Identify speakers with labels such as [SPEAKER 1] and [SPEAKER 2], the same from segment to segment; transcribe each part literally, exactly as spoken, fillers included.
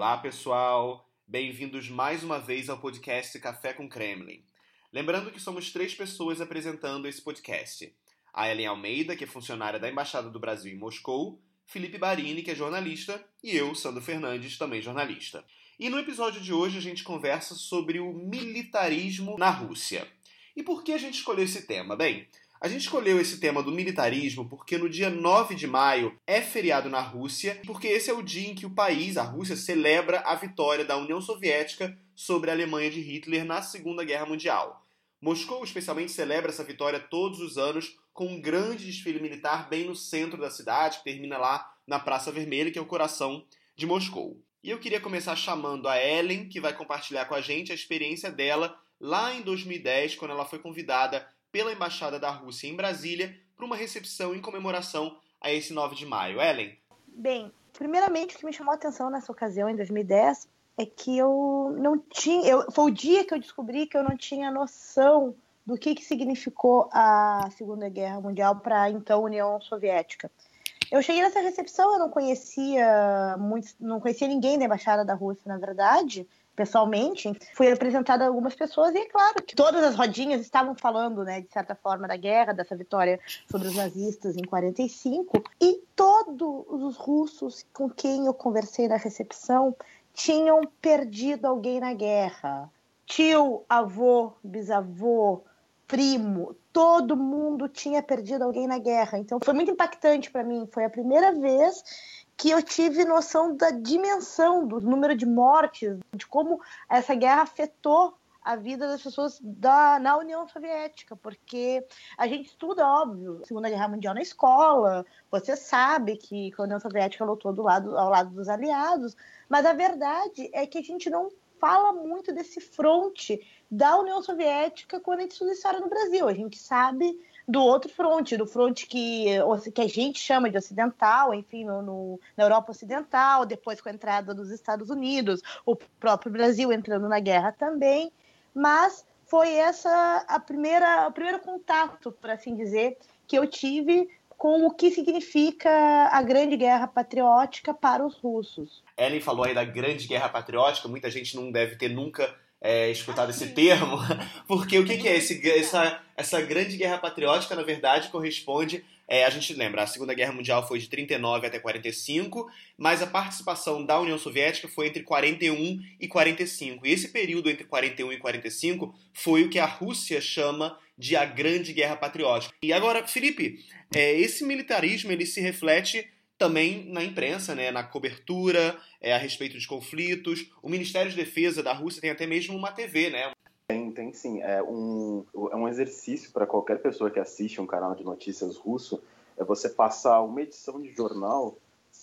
[SPEAKER 1] Olá, pessoal! Bem-vindos mais uma vez ao podcast Café com Kremlin. Lembrando que somos três pessoas apresentando esse podcast. A Ellen Almeida, que é funcionária da Embaixada do Brasil em Moscou, Felipe Barini, que é jornalista, e eu, Sandro Fernandes, também jornalista. E no episódio de hoje a gente conversa sobre o militarismo na Rússia. E por que a gente escolheu esse tema? Bem, a gente escolheu esse tema do militarismo porque no dia nove de maio é feriado na Rússia, porque esse é o dia em que o país, a Rússia, celebra a vitória da União Soviética sobre a Alemanha de Hitler na Segunda Guerra Mundial. Moscou, especialmente, celebra essa vitória todos os anos com um grande desfile militar bem no centro da cidade, que termina lá na Praça Vermelha, que é o coração de Moscou. E eu queria começar chamando a Ellen, que vai compartilhar com a gente a experiência dela lá em dois mil e dez, quando ela foi convidada pela Embaixada da Rússia em Brasília para uma recepção em comemoração a esse nove de maio. Ellen?
[SPEAKER 2] Bem, primeiramente o que me chamou a atenção nessa ocasião, em dois mil e dez, é que eu não tinha... Eu, foi o dia que eu descobri que eu não tinha noção do que, que significou a Segunda Guerra Mundial para a então União Soviética. Eu cheguei nessa recepção, eu não conhecia muito, não conhecia ninguém da Embaixada da Rússia, na verdade, pessoalmente. Fui apresentada a algumas pessoas e é claro que todas as rodinhas estavam falando, né, de certa forma, da guerra, dessa vitória sobre os nazistas em quarenta e cinco. E todos os russos com quem eu conversei na recepção tinham perdido alguém na guerra. Tio, avô, bisavô, primo, todo mundo tinha perdido alguém na guerra. Então foi muito impactante para mim. Foi a primeira vez que eu tive noção da dimensão do número de mortes, de como essa guerra afetou a vida das pessoas da, na União Soviética, porque a gente estuda, óbvio, a Segunda Guerra Mundial na escola, você sabe que a União Soviética lutou do lado, ao lado dos aliados, mas a verdade é que a gente não fala muito desse fronte da União Soviética quando a gente estuda história no Brasil. A gente sabe do outro fronte, do fronte que, que a gente chama de ocidental, enfim, no, no, na Europa Ocidental, depois com a entrada dos Estados Unidos, o próprio Brasil entrando na guerra também, mas foi essa a primeira, o primeiro contato, por assim dizer, que eu tive com o que significa a Grande Guerra Patriótica para os russos.
[SPEAKER 1] Ellen falou aí da Grande Guerra Patriótica, muita gente não deve ter nunca é, escutado esse termo, porque o que, que é esse, essa, essa Grande Guerra Patriótica, na verdade, corresponde, é, a gente lembra, a Segunda Guerra Mundial foi de trinta e nove até quarenta e cinco, mas a participação da União Soviética foi entre quarenta e um e quarenta e cinco, e esse período entre quarenta e um e quarenta e cinco foi o que a Rússia chama de a Grande Guerra Patriótica. E agora, Felipe, é, esse militarismo ele se reflete também na imprensa, né, na cobertura é, a respeito de conflitos. O Ministério de Defesa da Rússia tem até mesmo uma T V, né?
[SPEAKER 3] Tem, tem sim. É um, é um exercício para qualquer pessoa que assiste um canal de notícias russo, é você passar uma edição de jornal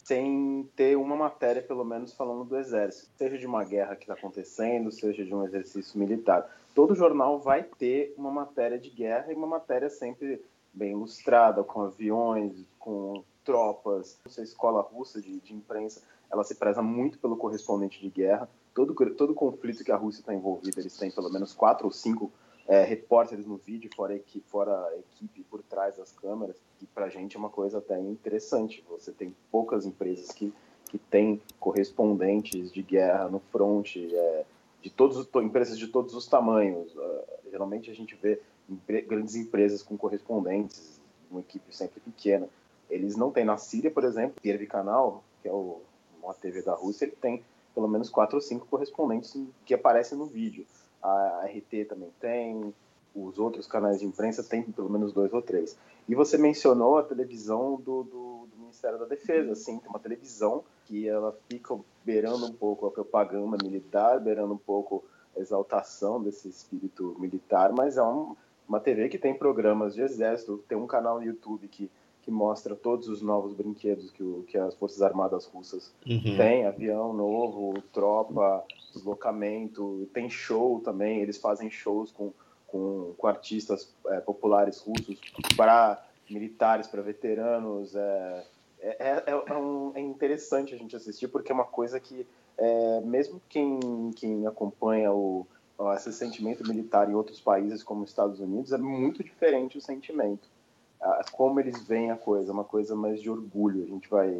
[SPEAKER 3] sem ter uma matéria, pelo menos, falando do exército. Seja de uma guerra que está acontecendo, seja de um exercício militar. Todo jornal vai ter uma matéria de guerra e uma matéria sempre bem ilustrada, com aviões, com tropas. Essa escola russa de, de imprensa, ela se preza muito pelo correspondente de guerra. Todo, todo conflito que a Rússia está envolvida, eles têm pelo menos quatro ou cinco é, repórteres no vídeo, fora a, equipe, fora a equipe por trás das câmeras. E para a gente é uma coisa até interessante. Você tem poucas empresas que, que têm correspondentes de guerra no front, é, de todos, empresas de todos os tamanhos. Uh, geralmente a gente vê empre, grandes empresas com correspondentes, uma equipe sempre pequena. Eles não têm na Síria, por exemplo, o Первый Canal, que é o, uma T V da Rússia, ele tem pelo menos quatro ou cinco correspondentes que aparecem no vídeo. A R T também tem, os outros canais de imprensa têm pelo menos dois ou três. E você mencionou a televisão do, do, do Ministério da Defesa. Sim, tem uma televisão que ela fica beirando um pouco a propaganda militar, beirando um pouco a exaltação desse espírito militar, mas é um, uma T V que tem programas de exército, tem um canal no YouTube que que mostra todos os novos brinquedos que, o, que as Forças Armadas Russas uhum. têm, avião novo, tropa, deslocamento, tem show também, eles fazem shows com, com, com artistas é, populares russos para militares, para veteranos, é, é, é, é, um, é interessante a gente assistir, porque é uma coisa que, é, mesmo quem, quem acompanha o, esse sentimento militar em outros países como os Estados Unidos, é muito diferente o sentimento. Como eles veem a coisa, uma coisa mais de orgulho. A gente vai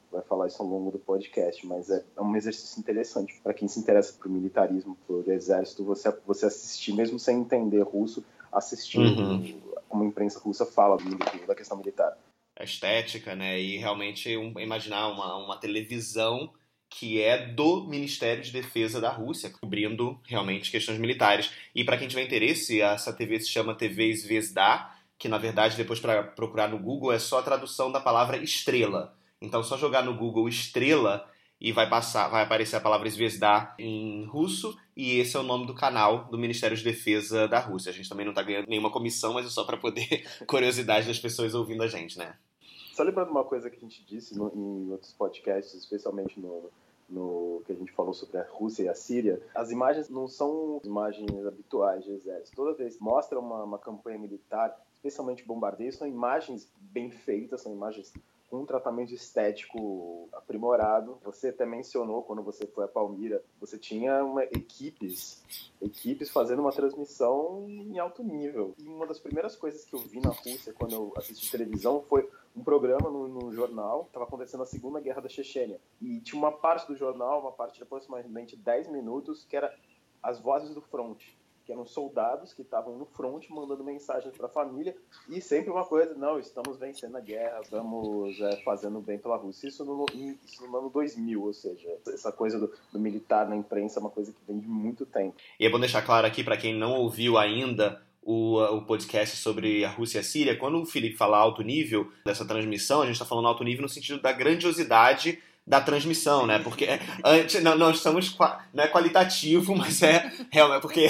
[SPEAKER 3] vai falar isso ao longo do podcast, mas é, é um exercício interessante para quem se interessa por militarismo, por exército, você, você assistir, mesmo sem entender russo, assistir uhum. como a imprensa russa fala do, da questão militar.
[SPEAKER 1] A estética, né, e realmente um, imaginar uma, uma televisão que é do Ministério de Defesa da Rússia, cobrindo realmente questões militares. E para quem tiver interesse, essa T V se chama T V Zvezda, que na verdade, depois para procurar no Google, é só a tradução da palavra estrela. Então, só jogar no Google estrela e vai passar, vai aparecer a palavra Zvezda em russo, e esse é o nome do canal do Ministério de Defesa da Rússia. A gente também não está ganhando nenhuma comissão, mas é só para poder curiosidade das pessoas ouvindo a gente, né?
[SPEAKER 3] Só lembrando uma coisa que a gente disse no, em outros podcasts, especialmente no, no que a gente falou sobre a Rússia e a Síria, as imagens não são imagens habituais de exército. Toda vez que mostra uma, uma campanha militar, especialmente bombardeios, são imagens bem feitas, são imagens com um tratamento estético aprimorado. Você até mencionou, quando você foi a Palmira, você tinha uma, equipes, equipes fazendo uma transmissão em alto nível. E uma das primeiras coisas que eu vi na Rússia, quando eu assisti televisão, foi um programa no, no jornal, estava acontecendo a Segunda Guerra da Chechênia. E tinha uma parte do jornal, uma parte de aproximadamente dez minutos, que era as vozes do fronte, que eram soldados que estavam no front mandando mensagens para a família, e sempre uma coisa, não, estamos vencendo a guerra, estamos é, fazendo bem pela Rússia. Isso no, isso no ano dois mil, ou seja, essa coisa do, do militar na imprensa é uma coisa que vem de muito tempo.
[SPEAKER 1] E é bom deixar claro aqui, para quem não ouviu ainda o, o podcast sobre a Rússia e a Síria, quando o Felipe fala alto nível dessa transmissão, a gente está falando alto nível no sentido da grandiosidade da transmissão, né? Porque antes não, nós estamos, não é qualitativo, mas é realmente porque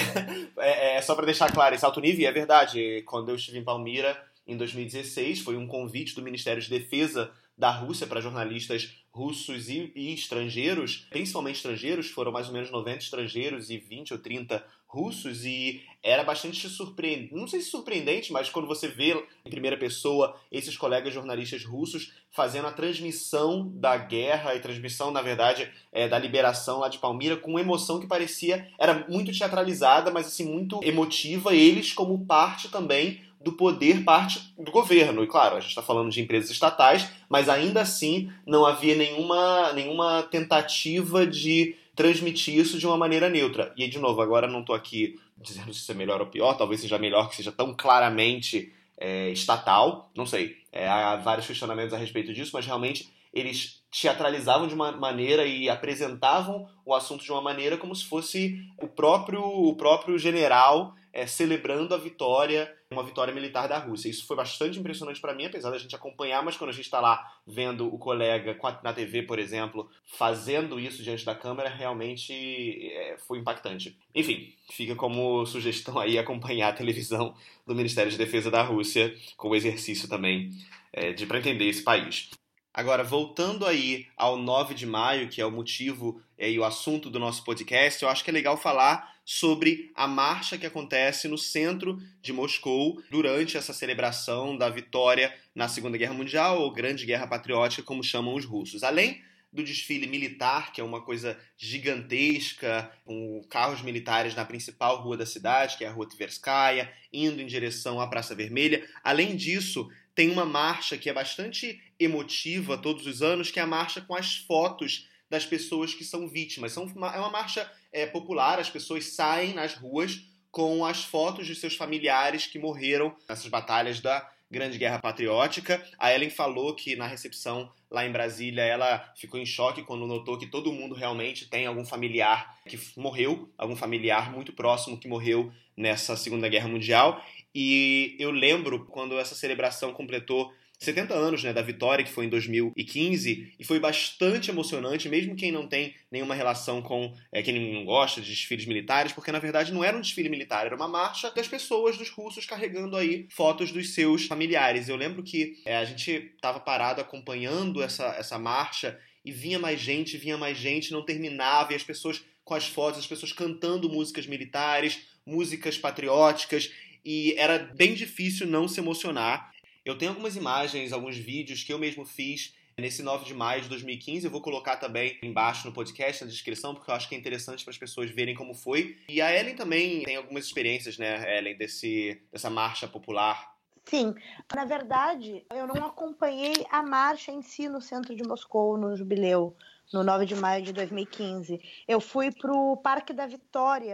[SPEAKER 1] é, é só para deixar claro esse alto nível. E é verdade, quando eu estive em Palmira em dois mil e dezesseis, foi um convite do Ministério de Defesa da Rússia para jornalistas russos e, e estrangeiros, principalmente estrangeiros, foram mais ou menos noventa estrangeiros e vinte ou trinta russos, e era bastante surpreendente, não sei se surpreendente, mas quando você vê em primeira pessoa esses colegas jornalistas russos fazendo a transmissão da guerra e transmissão, na verdade, é, da liberação lá de Palmira, com uma emoção que parecia, era muito teatralizada, mas assim, muito emotiva, eles como parte também do poder, parte do governo. E claro, a gente está falando de empresas estatais, mas ainda assim não havia nenhuma, nenhuma tentativa de transmitir isso de uma maneira neutra. E, de novo, agora não estou aqui dizendo se isso é melhor ou pior, talvez seja melhor que seja tão claramente é, estatal, não sei. É, há vários questionamentos a respeito disso, mas realmente eles teatralizavam de uma maneira e apresentavam o assunto de uma maneira como se fosse o próprio, o próprio general é, celebrando a vitória, uma vitória militar da Rússia. Isso foi bastante impressionante para mim, apesar da gente acompanhar, mas quando a gente está lá vendo o colega na T V, por exemplo, fazendo isso diante da câmera, realmente é, foi impactante. Enfim, fica como sugestão aí acompanhar a televisão do Ministério de Defesa da Rússia, com o exercício também é, de para entender esse país. Agora, voltando aí ao nove de maio, que é o motivo é, e o assunto do nosso podcast, eu acho que é legal falar sobre a marcha que acontece no centro de Moscou durante essa celebração da vitória na Segunda Guerra Mundial, ou Grande Guerra Patriótica, como chamam os russos. Além do desfile militar, que é uma coisa gigantesca, com carros militares na principal rua da cidade, que é a Rua Tverskaya, indo em direção à Praça Vermelha. Além disso, tem uma marcha que é bastante emotiva todos os anos, que é a marcha com as fotos das pessoas que são vítimas. São uma, é uma marcha é, popular, as pessoas saem nas ruas com as fotos de seus familiares que morreram nessas batalhas da Grande Guerra Patriótica. A Ellen falou que na recepção lá em Brasília ela ficou em choque quando notou que todo mundo realmente tem algum familiar que morreu, algum familiar muito próximo que morreu nessa Segunda Guerra Mundial. E eu lembro quando essa celebração completou setenta anos, né, da vitória, que foi em dois mil e quinze, e foi bastante emocionante, mesmo quem não tem nenhuma relação com, é, quem não gosta de desfiles militares, porque na verdade não era um desfile militar, era uma marcha das pessoas, dos russos, carregando aí fotos dos seus familiares. Eu lembro que é, a gente estava parado acompanhando essa, essa marcha, e vinha mais gente, vinha mais gente, não terminava, e as pessoas com as fotos, as pessoas cantando músicas militares, músicas patrióticas, e era bem difícil não se emocionar. Eu tenho algumas imagens, alguns vídeos que eu mesmo fiz nesse nove de maio de dois mil e quinze. Eu vou colocar também embaixo no podcast, na descrição, porque eu acho que é interessante para as pessoas verem como foi. E a Ellen também tem algumas experiências, né, Ellen, desse, dessa marcha popular.
[SPEAKER 2] Sim, na verdade, eu não acompanhei a marcha em si no centro de Moscou, no Jubileu, no nove de maio de dois mil e quinze. Eu fui para o Parque da Vitória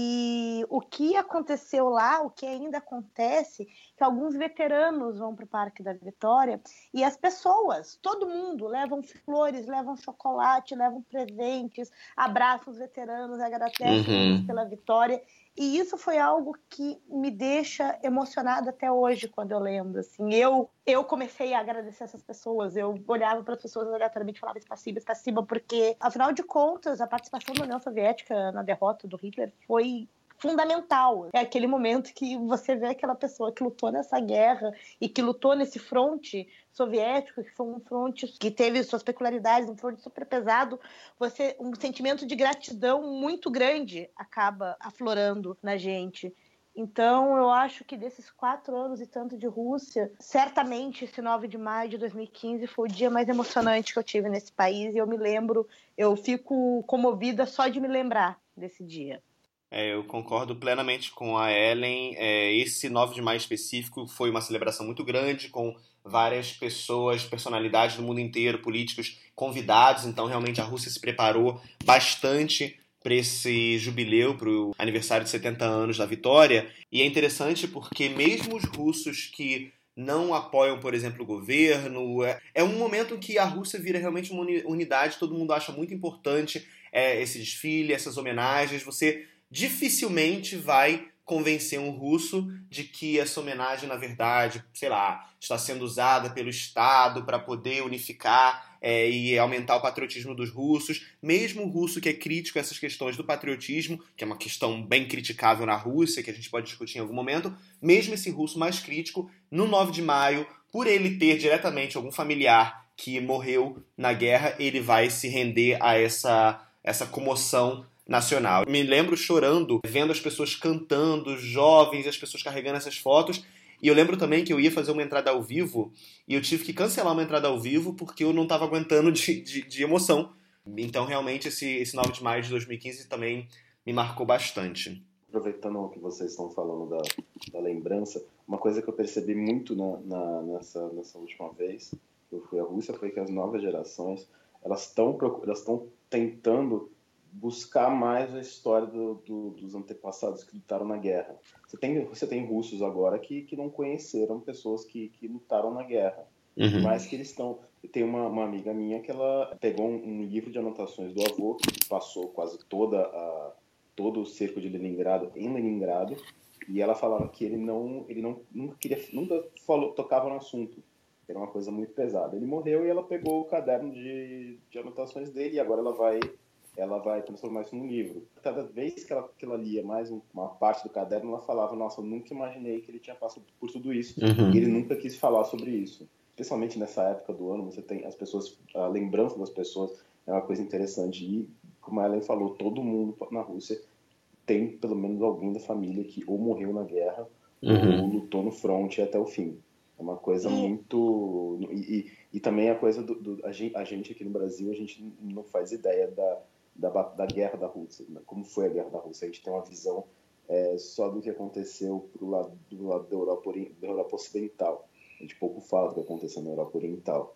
[SPEAKER 2] e o que aconteceu lá, o que ainda acontece, que alguns veteranos vão para o Parque da Vitória e as pessoas, todo mundo, levam flores, levam chocolate, levam presentes, abraçam os veteranos, agradecem
[SPEAKER 1] Uhum.
[SPEAKER 2] eles pela vitória. E isso foi algo que me deixa emocionada até hoje, quando eu lembro. Assim, eu, eu comecei a agradecer essas pessoas, eu olhava para as pessoas aleatoriamente e falava espaciba, espaciba, porque, afinal de contas, a participação da União Soviética na derrota do Hitler foi fundamental. É aquele momento que você vê aquela pessoa que lutou nessa guerra e que lutou nesse fronte soviético, que foi um fronte que teve suas peculiaridades, um fronte super pesado, você, um sentimento de gratidão muito grande acaba aflorando na gente. Então, eu acho que desses quatro anos e tanto de Rússia, certamente esse nove de maio de dois mil e quinze foi o dia mais emocionante que eu tive nesse país, e eu me lembro, eu fico comovida só de me lembrar desse dia.
[SPEAKER 1] É, eu concordo plenamente com a Ellen. É, esse nove de maio específico foi uma celebração muito grande, com várias pessoas, personalidades do mundo inteiro, políticos convidados. Então, realmente, a Rússia se preparou bastante para esse jubileu, para o aniversário de setenta anos da vitória. E é interessante porque mesmo os russos que não apoiam, por exemplo, o governo, é, é um momento que a Rússia vira realmente uma unidade, todo mundo acha muito importante é, esse desfile, essas homenagens. Você dificilmente vai convencer um russo de que essa homenagem, na verdade, sei lá, está sendo usada pelo Estado para poder unificar é, e aumentar o patriotismo dos russos. Mesmo o russo que é crítico a essas questões do patriotismo, que é uma questão bem criticável na Rússia, que a gente pode discutir em algum momento, mesmo esse russo mais crítico, no nove de maio, por ele ter diretamente algum familiar que morreu na guerra, ele vai se render a essa, essa comoção nacional. Me lembro chorando, vendo as pessoas cantando, jovens, as pessoas carregando essas fotos. E eu lembro também que eu ia fazer uma entrada ao vivo e eu tive que cancelar uma entrada ao vivo porque eu não estava aguentando de, de, de emoção. Então, realmente, esse, esse nove de maio de dois mil e quinze também me marcou bastante.
[SPEAKER 3] Aproveitando o que vocês estão falando da, da lembrança, uma coisa que eu percebi muito na, na, nessa, nessa última vez que eu fui à Rússia foi que as novas gerações elas estão elas estão tentando buscar mais a história do, do, dos antepassados que lutaram na guerra. Você tem, você tem russos agora que, que não conheceram pessoas que, que lutaram na guerra.
[SPEAKER 1] Uhum.
[SPEAKER 3] Mas que eles estão... Tem uma, uma amiga minha que ela pegou um, um livro de anotações do avô, que passou quase toda a, todo o cerco de Leningrado em Leningrado, e ela falava que ele não, ele não nunca, queria, nunca falou, tocava no assunto. Era uma coisa muito pesada. Ele morreu e ela pegou o caderno de, de anotações dele, e agora ela vai... ela vai transformar isso num livro. Cada vez que ela, que ela lia mais uma parte do caderno, ela falava, nossa, eu nunca imaginei que ele tinha passado por tudo isso.
[SPEAKER 1] Uhum.
[SPEAKER 3] E ele nunca quis falar sobre isso. Especialmente nessa época do ano, você tem as pessoas, a lembrança das pessoas é uma coisa interessante. E, como a Ellen falou, todo mundo na Rússia tem pelo menos alguém da família que ou morreu na guerra, uhum, ou lutou no fronte até o fim. É uma coisa uhum. muito... E, e, e também a coisa do... do a, gente, a gente aqui no Brasil, a gente não faz ideia da... Da, da guerra da Rússia, né? Como foi a guerra da Rússia. A gente tem uma visão é, só do que aconteceu pro lado, do lado da Europa, da Europa Ocidental. A gente pouco fala do que aconteceu na Europa Oriental.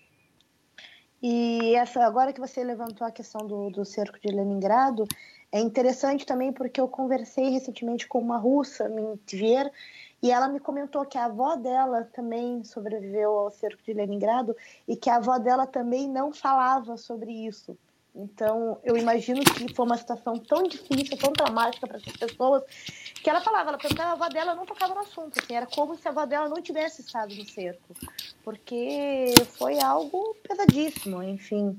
[SPEAKER 2] E essa, agora que você levantou a questão do, do cerco de Leningrado, é interessante também porque eu conversei recentemente com uma russa, Mintver, e ela me comentou que a avó dela também sobreviveu ao cerco de Leningrado e que a avó dela também não falava sobre isso. Então, eu imagino que foi uma situação tão difícil, tão traumática para essas pessoas, que ela falava, ela perguntava, a avó dela não tocava no assunto, assim, era como se a avó dela não tivesse estado no cerco, porque foi algo pesadíssimo, enfim.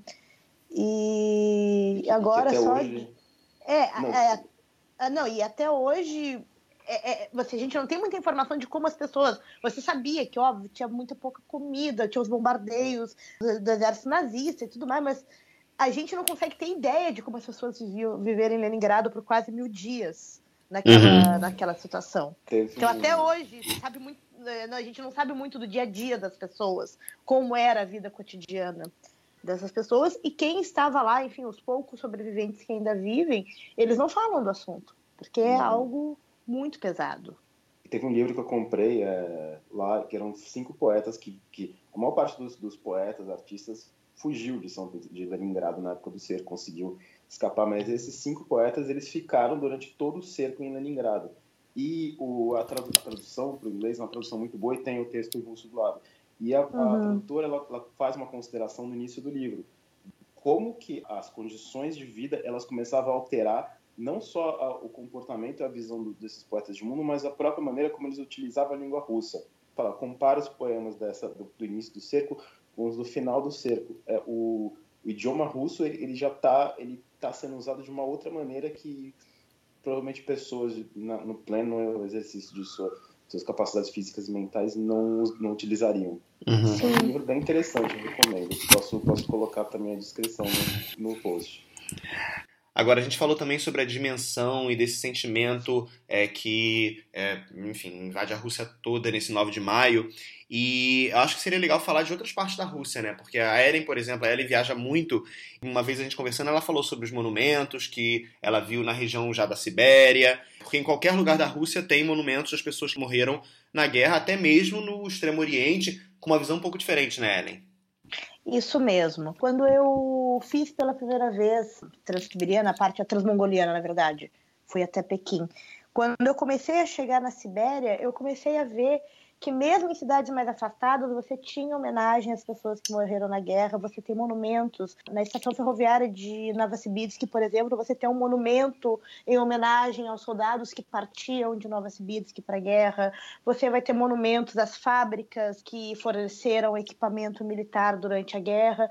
[SPEAKER 2] E agora
[SPEAKER 3] até
[SPEAKER 2] só...
[SPEAKER 3] Hoje...
[SPEAKER 2] É,
[SPEAKER 3] não.
[SPEAKER 2] É, é, não, e até hoje... É, é, você, a gente não tem muita informação de como as pessoas... Você sabia que, óbvio, tinha muita pouca comida, tinha os bombardeios do, do exército nazista e tudo mais, mas a gente não consegue ter ideia de como as pessoas viviam, viveram em Leningrado por quase mil dias naquela, uhum. naquela situação. Então, até hoje, sabe muito, a gente não sabe muito do dia a dia das pessoas, como era a vida cotidiana dessas pessoas, e quem estava lá, enfim, os poucos sobreviventes que ainda vivem, eles não falam do assunto, porque é algo muito pesado.
[SPEAKER 3] Teve um livro que eu comprei é, lá, que eram cinco poetas, que, que a maior parte dos, dos poetas, artistas, fugiu de, São, de Leningrado na época do cerco, conseguiu escapar, mas esses cinco poetas, eles ficaram durante todo o cerco em Leningrado. E o, a, tradu, a tradução para o inglês é uma tradução muito boa e tem o texto em russo do lado. E a, uhum. a tradutora ela, ela faz uma consideração no início do livro. Como que as condições de vida elas começavam a alterar não só a, o comportamento e a visão do, desses poetas de mundo, mas a própria maneira como eles utilizavam a língua russa. Fala, compara os poemas dessa, do, do início do cerco com os do final do cerco. É, o, o idioma russo ele, ele já está ele tá sendo usado de uma outra maneira que provavelmente pessoas na, no pleno exercício de sua, suas capacidades físicas e mentais não, não utilizariam. Uhum. É um livro bem interessante, eu recomendo. Posso, posso colocar também a descrição no, no post.
[SPEAKER 1] Agora, a gente falou também sobre a dimensão e desse sentimento é, que, é, enfim, invade a Rússia toda nesse nove de maio. E eu acho que seria legal falar de outras partes da Rússia, né? Porque a Ellen, por exemplo, a Ellen viaja muito. Uma vez a gente conversando, ela falou sobre os monumentos que ela viu na região já da Sibéria. Porque em qualquer lugar da Rússia tem monumentos das pessoas que morreram na guerra, até mesmo no Extremo Oriente, com uma visão um pouco diferente, né, Ellen?
[SPEAKER 2] Isso mesmo. Quando eu fiz pela primeira vez Transiberiana, a parte a transmongoliana, na verdade, fui até Pequim. Quando eu comecei a chegar na Sibéria, eu comecei a ver que mesmo em cidades mais afastadas, você tinha homenagem às pessoas que morreram na guerra, você tem monumentos. Na estação ferroviária de Novosibirsk, por exemplo, você tem um monumento em homenagem aos soldados que partiam de Novosibirsk para a guerra. Você vai ter monumentos às fábricas que forneceram equipamento militar durante a guerra.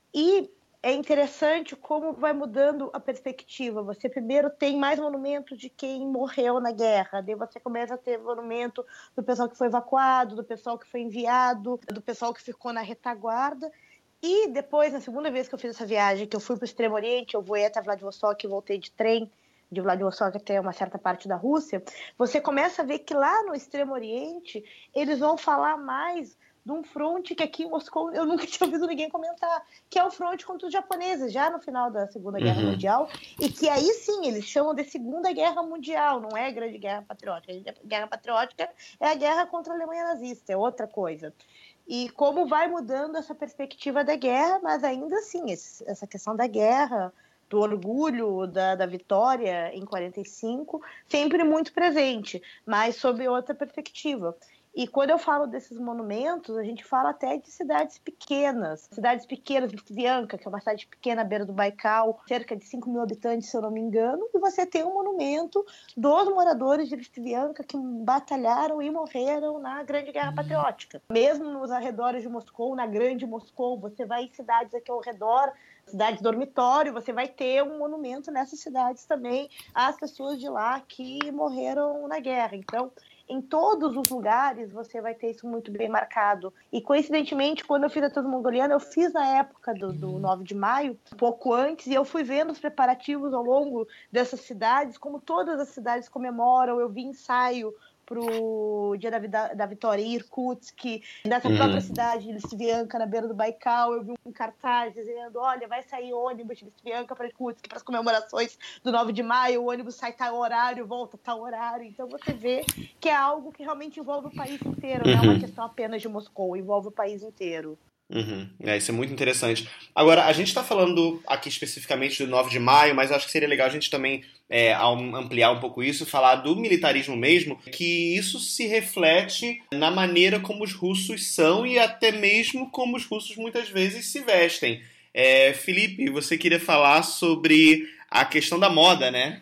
[SPEAKER 2] E é interessante como vai mudando a perspectiva. Você primeiro tem mais monumentos de quem morreu na guerra, daí você começa a ter monumento do pessoal que foi evacuado, do pessoal que foi enviado, do pessoal que ficou na retaguarda. E depois, na segunda vez que eu fiz essa viagem, que eu fui para o Extremo Oriente, eu fui até Vladivostok e voltei de trem, de Vladivostok até uma certa parte da Rússia, você começa a ver que lá no Extremo Oriente eles vão falar mais de um fronte que aqui em Moscou eu nunca tinha ouvido ninguém comentar, que é o fronte contra os japoneses, já no final da Segunda Guerra uhum. Mundial, e que aí sim, eles chamam de Segunda Guerra Mundial, não é a Grande Guerra Patriótica. A Guerra Patriótica é a guerra contra a Alemanha nazista, é outra coisa. E como vai mudando essa perspectiva da guerra, mas ainda assim, esse, essa questão da guerra, do orgulho, da, da vitória em quarenta e cinco, sempre muito presente, mas sob outra perspectiva. E quando eu falo desses monumentos, a gente fala até de cidades pequenas. Cidades pequenas, Listvianka, que é uma cidade pequena à beira do Baikal, cerca de cinco mil habitantes, se eu não me engano, e você tem um monumento dos moradores de Listvianka que batalharam e morreram na Grande Guerra Patriótica. Mesmo nos arredores de Moscou, na Grande Moscou, você vai em cidades aqui ao redor, cidades dormitório, você vai ter um monumento nessas cidades também às pessoas de lá que morreram na guerra. Então, em todos os lugares você vai ter isso muito bem marcado. E, coincidentemente, quando eu fiz a Transmongoliana, eu fiz na época do, do nove de maio, um pouco antes, e eu fui vendo os preparativos ao longo dessas cidades, como todas as cidades comemoram. Eu vi ensaio para o Dia da, da Vitória em Irkutsk, nessa uhum. própria cidade de Listvianka, na beira do Baikal, eu vi um cartaz dizendo, olha, vai sair ônibus de Listvianka para Irkutsk para as comemorações do nove de maio, o ônibus sai tal horário, volta tal horário. Então você vê que é algo que realmente envolve o país inteiro, uhum. não é uma questão apenas de Moscou, envolve o país inteiro.
[SPEAKER 1] Uhum. É, isso é muito interessante. Agora, a gente está falando aqui especificamente do nove de maio, mas eu acho que seria legal a gente também é, ampliar um pouco isso, falar do militarismo mesmo, que isso se reflete na maneira como os russos são e até mesmo como os russos muitas vezes se vestem. É, Felipe, você queria falar sobre a questão da moda, né?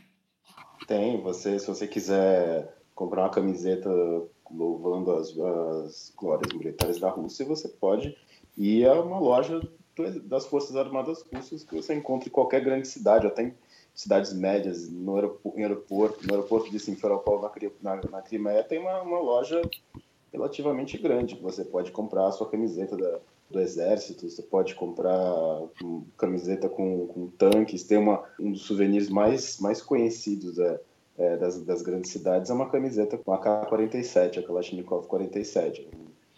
[SPEAKER 3] Tem, você, se você quiser comprar uma camiseta louvando as, as glórias militares da Rússia, você pode ir a uma loja das Forças Armadas Russas que você encontra em qualquer grande cidade, até em cidades médias, no aeroporto, aeroporto, no aeroporto de Simferopol, na, na, na Crimeia, tem uma, uma loja relativamente grande. Você pode comprar a sua camiseta da, do exército, você pode comprar uma camiseta com, com tanques. Tem uma, um dos souvenirs mais, mais conhecidos é, é, das, das grandes cidades, é uma camiseta com a K quarenta e sete, a Kalashnikov quarenta e sete.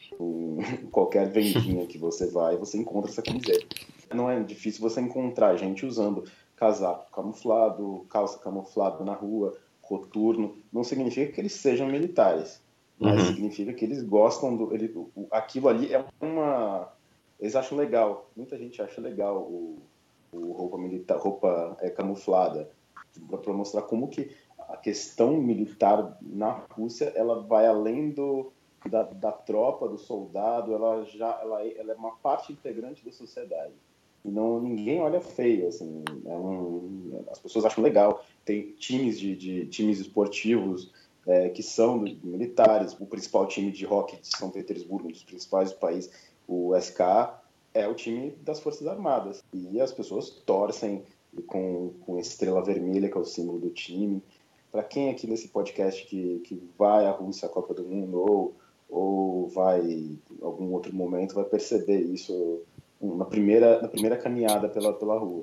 [SPEAKER 3] Um, qualquer vendinha que você vai, você encontra essa camiseta. Não é difícil você encontrar gente usando casaco camuflado, calça camuflada na rua, coturno, não significa que eles sejam militares, mas
[SPEAKER 1] uhum.
[SPEAKER 3] significa que eles gostam do... Ele, aquilo ali é uma... Eles acham legal, muita gente acha legal o, o roupa militar, roupa é, camuflada, para mostrar como que a questão militar na Rússia, ela vai além do, da, da tropa, do soldado, ela já ela, ela é uma parte integrante da sociedade. E não, ninguém olha feio, assim, é um, as pessoas acham legal. Tem times de, de times esportivos é, que são do, militares. O principal time de hóquei de São Petersburgo, um dos principais do país, o S K A, é o time das Forças Armadas. E as pessoas torcem com, com estrela vermelha, que é o símbolo do time. Para quem aqui nesse podcast que, que vai à Rússia, à Copa do Mundo, ou, ou vai em algum outro momento, vai perceber isso na primeira, na primeira caminhada pela, pela rua.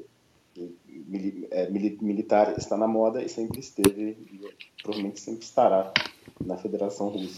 [SPEAKER 3] Mil, é, militar está na moda e sempre esteve, e provavelmente sempre estará na Federação Russa.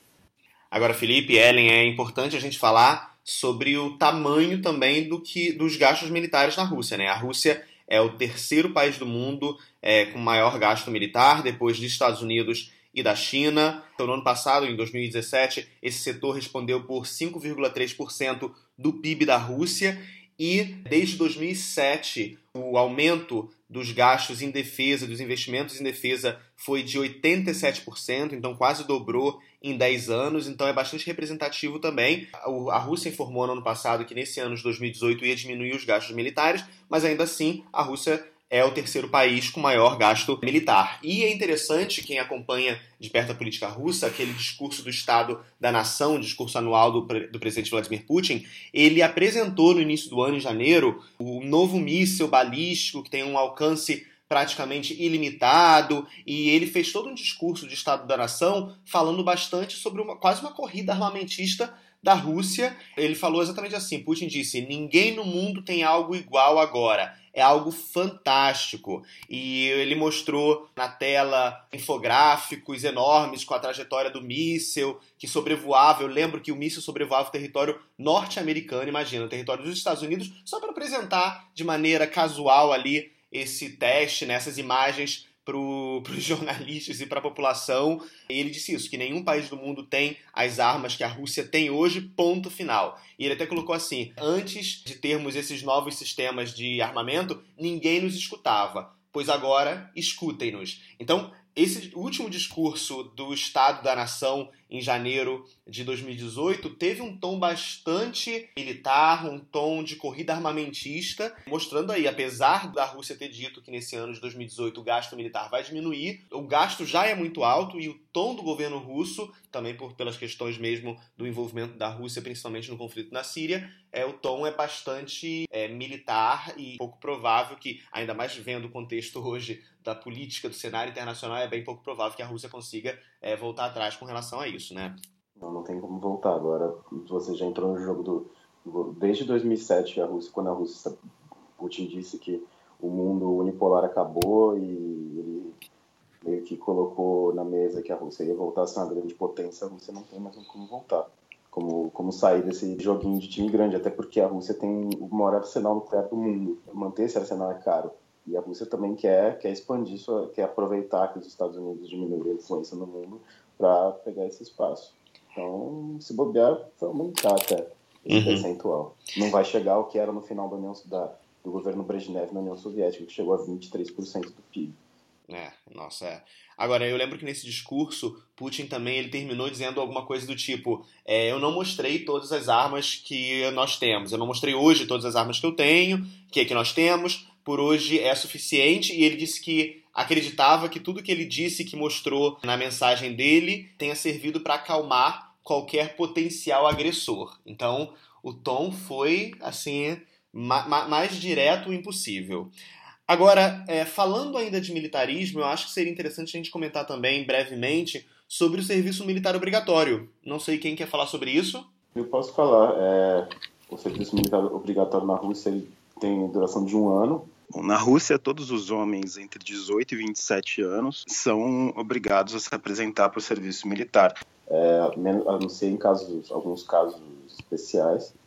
[SPEAKER 1] Agora, Felipe, Ellen, é importante a gente falar sobre o tamanho também do que, dos gastos militares na Rússia, né? A Rússia é o terceiro país do mundo é, com maior gasto militar, depois dos Estados Unidos e da China. Então, no ano passado, em dois mil e dezessete, esse setor respondeu por cinco vírgula três por cento do P I B da Rússia e, desde dois mil e sete, o aumento dos gastos em defesa, dos investimentos em defesa, foi de oitenta e sete por cento, então quase dobrou em dez anos, então é bastante representativo também. A Rússia informou no ano passado que nesse ano de dois mil e dezoito ia diminuir os gastos militares, mas ainda assim a Rússia é o terceiro país com maior gasto militar. E é interessante, quem acompanha de perto a política russa, aquele discurso do Estado da Nação, o discurso anual do, do presidente Vladimir Putin, ele apresentou no início do ano, em janeiro, o novo míssil balístico que tem um alcance praticamente ilimitado, e ele fez todo um discurso de Estado da Nação falando bastante sobre uma, quase uma corrida armamentista da Rússia. Ele falou exatamente assim, Putin disse, ninguém no mundo tem algo igual agora. É algo fantástico. E ele mostrou na tela infográficos enormes com a trajetória do míssil que sobrevoava. Eu lembro que o míssil sobrevoava o território norte-americano, imagina, o território dos Estados Unidos, só para apresentar de maneira casual ali esse teste, né, essas imagens para os jornalistas e para a população. E ele disse isso, que nenhum país do mundo tem as armas que a Rússia tem hoje, ponto final. E ele até colocou assim, antes de termos esses novos sistemas de armamento, ninguém nos escutava, pois agora escutem-nos. Então, esse último discurso do Estado da Nação em janeiro de dois mil e dezoito teve um tom bastante militar, um tom de corrida armamentista, mostrando aí, apesar da Rússia ter dito que nesse ano de dois mil e dezoito o gasto militar vai diminuir, o gasto já é muito alto e o tom do governo russo, também por, pelas questões mesmo do envolvimento da Rússia, principalmente no conflito na Síria, é, o tom é bastante é, militar e pouco provável que, ainda mais vendo o contexto hoje da política, do cenário internacional, é bem pouco provável que a Rússia consiga é, voltar atrás com relação a isso, né?
[SPEAKER 3] Não, não tem como voltar agora. Você já entrou no jogo do... do desde dois mil e sete, a Rússia, quando a Rússia, Putin disse que o mundo unipolar acabou e ele meio que colocou na mesa que a Rússia ia voltar a ser uma grande potência, a Rússia não tem mais como voltar. Como, como sair desse joguinho de time grande, até porque a Rússia tem o maior arsenal nuclear do mundo. Manter esse arsenal é caro. E a Rússia também quer, quer expandir, sua, quer aproveitar que os Estados Unidos diminuíram a influência no mundo para pegar esse espaço. Então, se bobear, vai aumentar até esse uhum. percentual. Não vai chegar ao que era no final da União, da, do governo Brezhnev na União Soviética, que chegou a vinte e três por cento do P I B.
[SPEAKER 1] É, nossa, é. Agora, eu lembro que nesse discurso, Putin também ele terminou dizendo alguma coisa do tipo, é, eu não mostrei todas as armas que nós temos, eu não mostrei hoje todas as armas que eu tenho, que é que nós temos, por hoje é suficiente, e ele disse que acreditava que tudo que ele disse, que mostrou na mensagem dele, tenha servido para acalmar qualquer potencial agressor. Então, o tom foi, assim, ma- ma- mais direto impossível. Agora, é, falando ainda de militarismo, eu acho que seria interessante a gente comentar também, brevemente, sobre o serviço militar obrigatório. Não sei quem quer falar sobre isso.
[SPEAKER 3] Eu posso falar. É, o serviço militar obrigatório na Rússia ele tem duração de um ano. Na Rússia, todos os homens entre dezoito e vinte e sete anos são obrigados a se apresentar para o serviço militar, é, a não ser em casos, alguns casos especiais.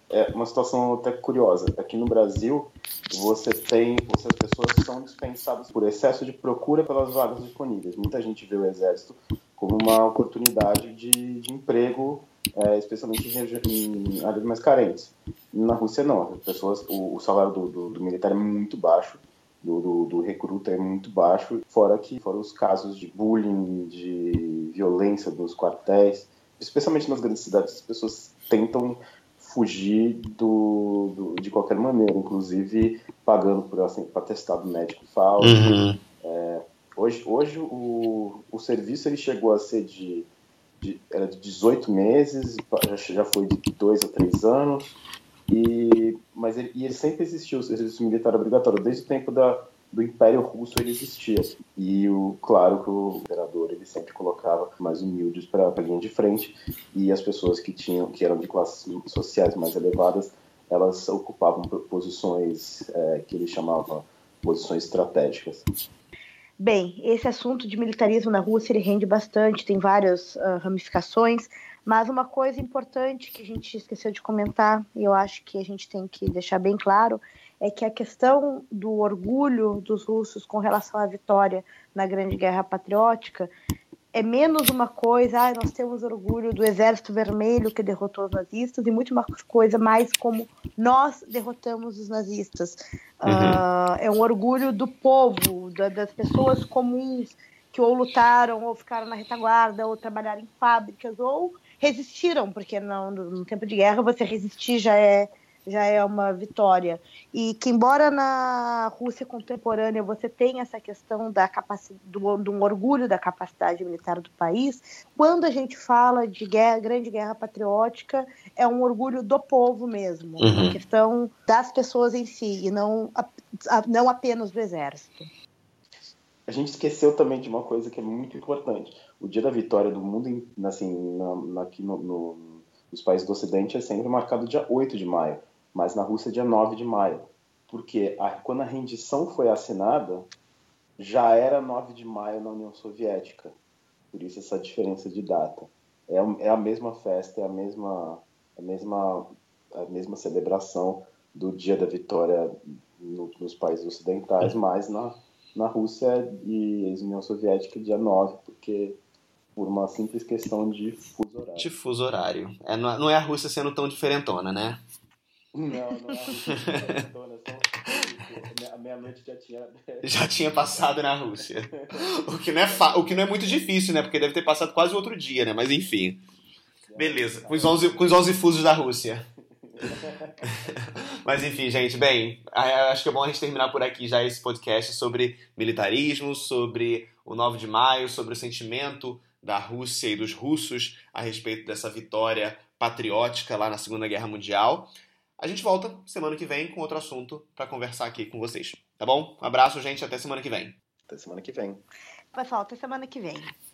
[SPEAKER 3] é uma situação até curiosa. Aqui no Brasil, você tem, você, as pessoas são dispensadas por excesso de procura pelas vagas disponíveis. Muita gente vê o Exército como uma oportunidade de, de emprego, é, especialmente em, em áreas mais carentes. Na Rússia, não. As pessoas, o, o salário do, do, do militar é muito baixo, do, do, do recruta é muito baixo, fora que fora os casos de bullying, de violência nos quartéis, especialmente nas grandes cidades, as pessoas tentam fugir do, do, de qualquer maneira, inclusive pagando por assim, atestado médico falso.
[SPEAKER 1] Uhum.
[SPEAKER 3] É, hoje hoje o, o serviço ele chegou a ser de, de, era de dezoito meses, já, já foi de dois a três anos, e, mas ele, e ele sempre existiu, o serviço militar obrigatório, desde o tempo da, do Império Russo ele existia. E o, claro que o imperador ele sempre colocava mais humildes para a linha de frente, e as pessoas que tinham que eram de classes sociais mais elevadas, elas ocupavam posições é, que ele chamava posições estratégicas.
[SPEAKER 2] Bem, esse assunto de militarismo na Rússia ele rende bastante, tem várias uh, ramificações, mas uma coisa importante que a gente esqueceu de comentar, e eu acho que a gente tem que deixar bem claro, é que a questão do orgulho dos russos com relação à vitória na Grande Guerra Patriótica é menos uma coisa, ah, nós temos orgulho do Exército Vermelho que derrotou os nazistas, e muito uma coisa mais como nós derrotamos os nazistas. Uhum. Uh, é um orgulho do povo, da, das pessoas comuns que ou lutaram, ou ficaram na retaguarda, ou trabalharam em fábricas, ou resistiram, porque no, no tempo de guerra você resistir já é já é uma vitória. E que, embora na Rússia contemporânea você tenha essa questão da capacidade, do, do orgulho da capacidade militar do país, quando a gente fala de guerra, grande guerra patriótica, é um orgulho do povo mesmo, uhum. Uma questão das pessoas em si, e não, a, a, não apenas do exército.
[SPEAKER 3] A gente esqueceu também de uma coisa que é muito importante. O dia da vitória do mundo, assim, na, na, aqui no, no, nos países do Ocidente, é sempre marcado dia oito de maio. Mas na Rússia, dia nove de maio. Porque a, quando a rendição foi assinada, já era nove de maio na União Soviética. Por isso essa diferença de data. É, é a mesma festa, é a mesma, a, mesma, a mesma celebração do dia da vitória no, nos países ocidentais, mas na, na Rússia e União Soviética, dia nove, porque por uma simples questão de fuso horário.
[SPEAKER 1] De fuso horário. É, não é a Rússia sendo tão diferentona, né?
[SPEAKER 3] Não, não é a meia-noite já tinha...
[SPEAKER 1] Já tinha passado na Rússia. O que, não é fa... o que não é muito difícil, né? Porque deve ter passado quase outro dia, né? Mas enfim. Beleza. Com os onze, com os onze fusos da Rússia. Mas enfim, gente. Bem, acho que é bom a gente terminar por aqui já esse podcast sobre militarismo, sobre o nove de maio, sobre o sentimento da Rússia e dos russos a respeito dessa vitória patriótica lá na Segunda Guerra Mundial. A gente volta semana que vem com outro assunto para conversar aqui com vocês, tá bom? Um abraço, gente, até semana que vem.
[SPEAKER 3] Até semana que vem.
[SPEAKER 2] Pessoal, até semana que vem.